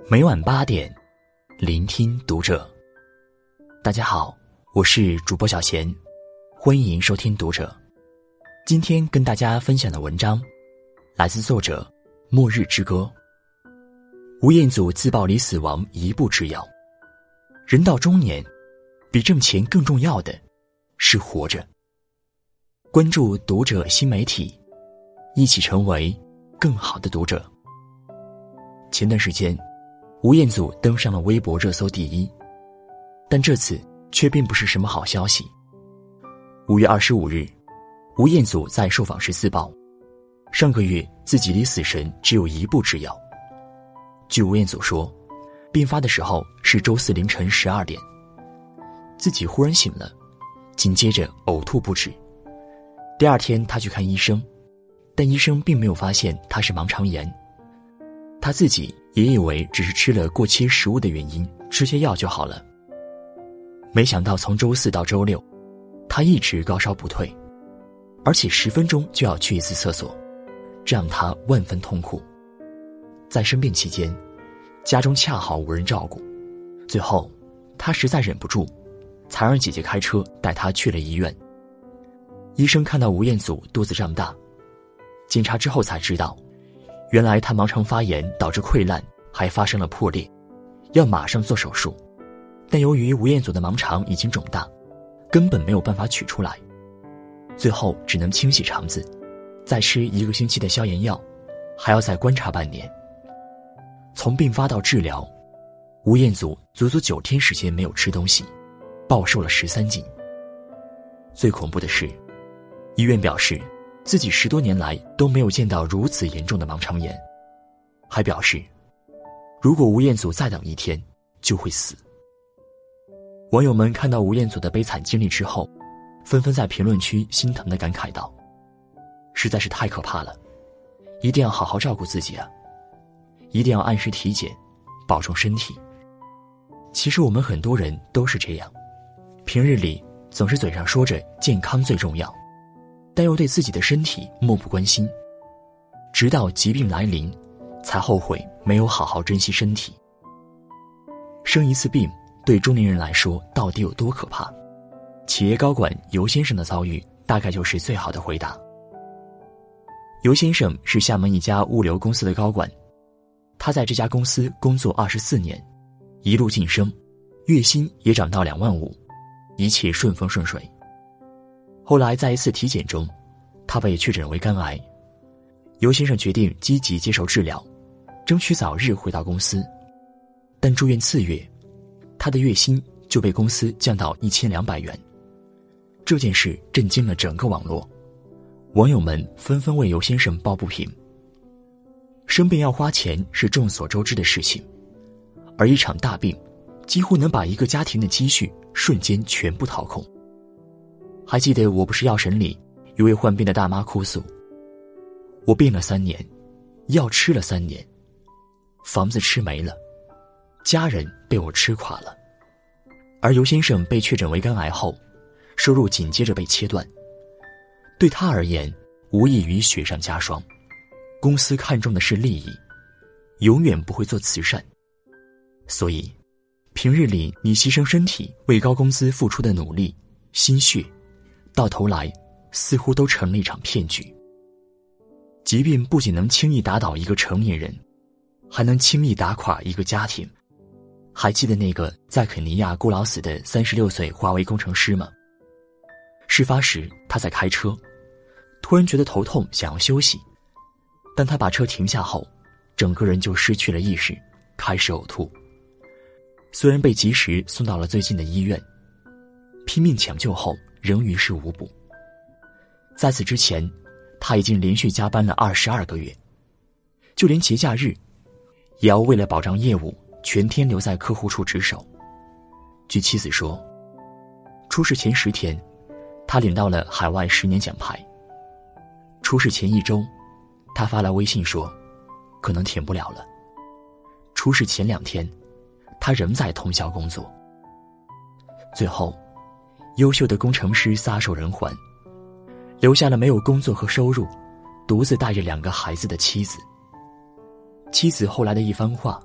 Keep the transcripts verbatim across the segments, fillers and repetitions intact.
每晚八点，聆听读者。大家好，我是主播小贤，欢迎收听读者。今天跟大家分享的文章来自作者末日之歌。吴彦祖自曝离死亡一步之遥，人到中年，比挣钱更重要的是活着。关注读者新媒体，一起成为更好的读者。前段时间，吴彦祖登上了微博热搜第一，但这次却并不是什么好消息。五月二十五日，吴彦祖在受访时自曝，上个月自己离死神只有一步之遥。据吴彦祖说，病发的时候是周四凌晨十二点，自己忽然醒了，紧接着呕吐不止。第二天他去看医生，但医生并没有发现他是盲肠炎。他自己也以为只是吃了过期食物的原因，吃些药就好了。没想到从周四到周六，他一直高烧不退，而且十分钟就要去一次厕所，这让他万分痛苦。在生病期间，家中恰好无人照顾，最后他实在忍不住，才让姐姐开车带他去了医院。医生看到吴彦祖肚子胀大，检查之后才知道，原来他盲肠发炎导致溃烂，还发生了破裂，要马上做手术。但由于吴彦祖的盲肠已经肿大，根本没有办法取出来，最后只能清洗肠子，再吃一个星期的消炎药，还要再观察半年。从病发到治疗，吴彦祖足足九天时间没有吃东西，暴瘦了十三斤。最恐怖的是，医院表示自己十多年来都没有见到如此严重的盲肠炎，还表示如果吴彦祖再等一天就会死。网友们看到吴彦祖的悲惨经历之后，纷纷在评论区心疼地感慨道，实在是太可怕了，一定要好好照顾自己啊，一定要按时体检，保重身体。其实我们很多人都是这样，平日里总是嘴上说着健康最重要，但又对自己的身体漠不关心，直到疾病来临，才后悔没有好好珍惜身体。生一次病对中年人来说到底有多可怕？企业高管尤先生的遭遇大概就是最好的回答。尤先生是厦门一家物流公司的高管，他在这家公司工作二十四年，一路晋升，月薪也涨到两万五，一切顺风顺水。后来在一次体检中，他被确诊为肝癌。尤先生决定积极接受治疗，争取早日回到公司。但住院次月，他的月薪就被公司降到一千两百元。这件事震惊了整个网络，网友们纷纷为尤先生抱不平。生病要花钱是众所周知的事情，而一场大病几乎能把一个家庭的积蓄瞬间全部掏空。还记得《我不是药神》里一位患病的大妈哭诉，我病了三年，药吃了三年，房子吃没了，家人被我吃垮了。而尤先生被确诊为肝癌后，收入紧接着被切断，对他而言无异于雪上加霜。公司看重的是利益，永远不会做慈善。所以平日里你牺牲身体为高工资付出的努力心血，到头来似乎都成了一场骗局。疾病不仅能轻易打倒一个成年人，还能轻易打垮一个家庭。还记得那个在肯尼亚孤老死的三十六岁华为工程师吗？事发时他在开车，突然觉得头痛，想要休息，但他把车停下后，整个人就失去了意识，开始呕吐。虽然被及时送到了最近的医院，拼命抢救后仍于事无补。在此之前，他已经连续加班了二十二个月，就连节假日也要为了保障业务全天留在客户处值守。据妻子说，出事前十天他领到了海外十年奖牌，出事前一周他发来微信说可能挺不了了，出事前两天他仍在通宵工作。最后优秀的工程师撒手人寰，留下了没有工作和收入，独自带着两个孩子的妻子。妻子后来的一番话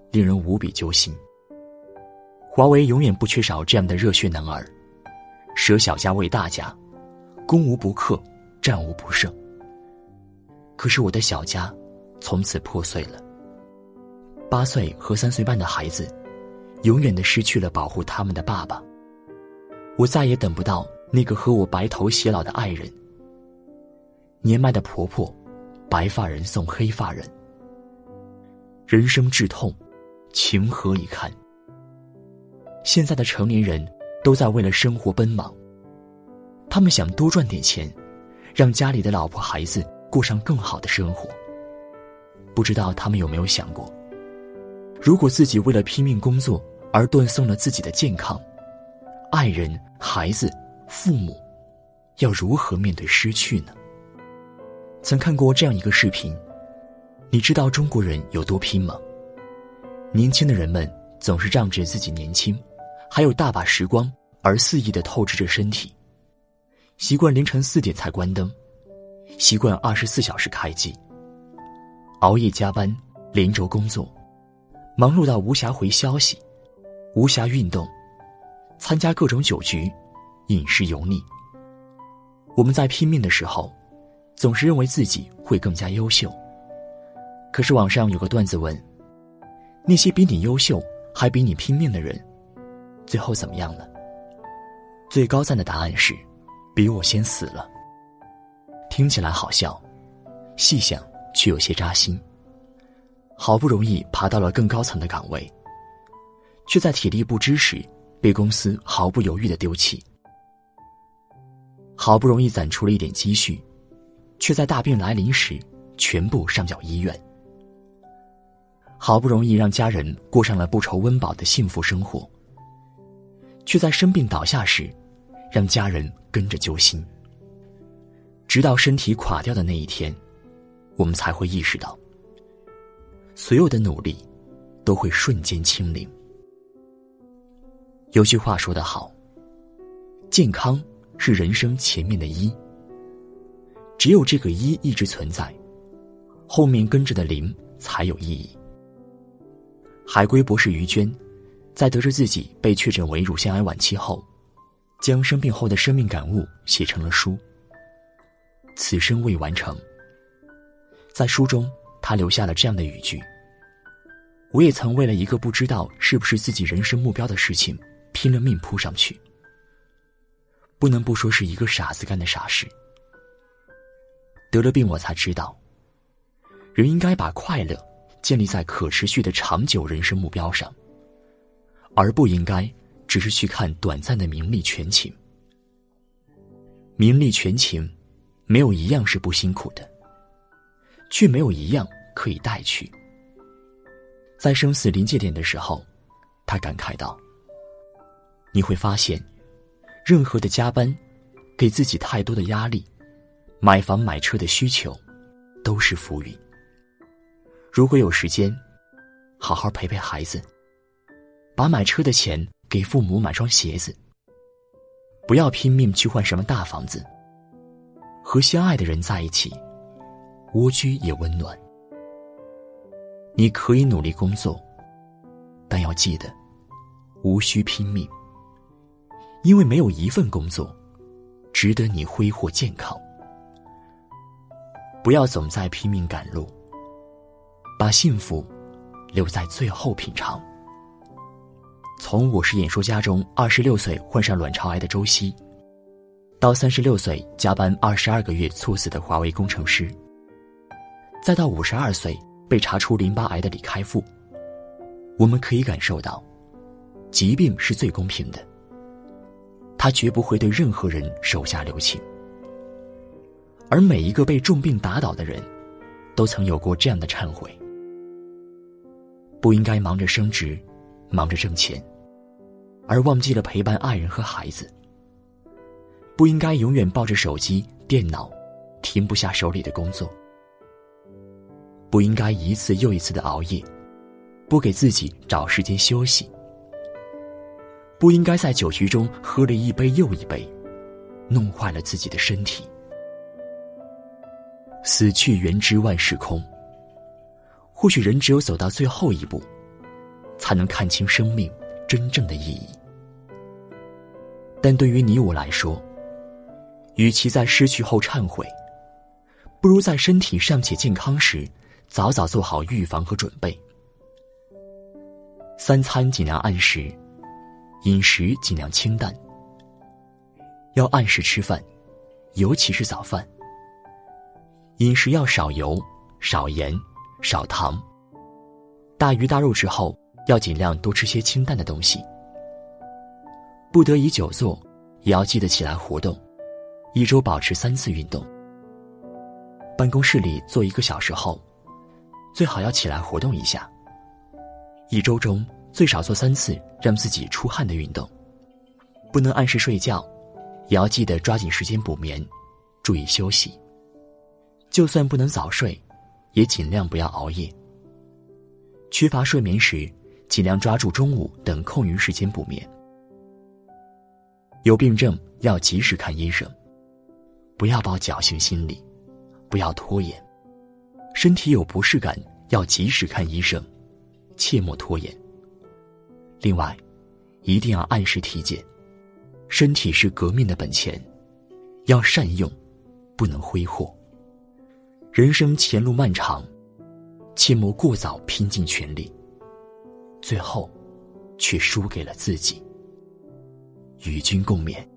令人无比揪心。华为永远不缺少这样的热血男儿，舍小家为大家，攻无不克，战无不胜。可是我的小家从此破碎了，八岁和三岁半的孩子永远地失去了保护他们的爸爸。我再也等不到那个和我白头偕老的爱人。年迈的婆婆，白发人送黑发人。人生至痛，情何以堪？现在的成年人都在为了生活奔忙，他们想多赚点钱，让家里的老婆孩子过上更好的生活。不知道他们有没有想过，如果自己为了拼命工作而断送了自己的健康，爱人、孩子、父母要如何面对失去呢？曾看过这样一个视频，你知道中国人有多拼吗？年轻的人们总是仗着自己年轻，还有大把时光而肆意地透支着身体，习惯凌晨四点才关灯，习惯二十四小时开机，熬夜加班，连轴工作，忙碌到无暇回消息，无暇运动，参加各种酒局，饮食油腻。我们在拼命的时候，总是认为自己会更加优秀。可是网上有个段子问，那些比你优秀还比你拼命的人，最后怎么样了？最高赞的答案是，比我先死了。听起来好笑，细想却有些扎心。好不容易爬到了更高层的岗位，却在体力不支时被公司毫不犹豫地丢弃。好不容易攒出了一点积蓄，却在大病来临时全部上缴医院。好不容易让家人过上了不愁温饱的幸福生活，却在生病倒下时让家人跟着揪心。直到身体垮掉的那一天，我们才会意识到，所有的努力都会瞬间清零。有句话说得好，健康是人生前面的一，只有这个一一直存在，后面跟着的零才有意义。海归博士于娟在得知自己被确诊为乳腺癌晚期后，将生病后的生命感悟写成了书。此生未完成。在书中，他留下了这样的语句：我也曾为了一个不知道是不是自己人生目标的事情拼了命扑上去，不能不说是一个傻子干的傻事。得了病我才知道，人应该把快乐建立在可持续的长久人生目标上，而不应该只是去看短暂的名利权情。名利权情没有一样是不辛苦的，却没有一样可以带去。在生死临界点的时候，他感慨道，你会发现，任何的加班，给自己太多的压力，买房买车的需求，都是浮云。如果有时间，好好陪陪孩子，把买车的钱给父母买双鞋子，不要拼命去换什么大房子，和相爱的人在一起，蜗居也温暖。你可以努力工作，但要记得，无需拼命，因为没有一份工作值得你挥霍健康。不要总在拼命赶路，把幸福留在最后品尝。从《我是演说家》中二十六岁患上卵巢癌的周希，到三十六岁加班二十二个月猝死的华为工程师，再到五十二岁被查出淋巴癌的李开复，我们可以感受到，疾病是最公平的，它绝不会对任何人手下留情。而每一个被重病打倒的人，都曾有过这样的忏悔：不应该忙着升职，忙着挣钱，而忘记了陪伴爱人和孩子；不应该永远抱着手机、电脑，停不下手里的工作；不应该一次又一次的熬夜，不给自己找时间休息；不应该在酒局中喝了一杯又一杯，弄坏了自己的身体。死去元知万事空，或许人只有走到最后一步， 才能看清生命真正的意义。但对于你我来说，与其在失去后忏悔，不如在身体尚且健康时，早早做好预防和准备。三餐尽量按时，饮食尽量清淡，要按时吃饭，尤其是早饭。饮食要少油、少盐、少糖。大鱼大肉之后，要尽量多吃些清淡的东西。不得已久坐，也要记得起来活动，一周保持三次运动。办公室里坐一个小时后，最好要起来活动一下。一周中最少做三次让自己出汗的运动。不能按时睡觉，也要记得抓紧时间补眠，注意休息。就算不能早睡，也尽量不要熬夜。缺乏睡眠时，尽量抓住中午等空余时间补眠。有病症要及时看医生，不要抱侥幸心理，不要拖延。身体有不适感要及时看医生，切莫拖延。另外，一定要按时体检，身体是革命的本钱，要善用，不能挥霍。人生前路漫长，切莫过早拼尽全力，最后却输给了自己。与君共勉。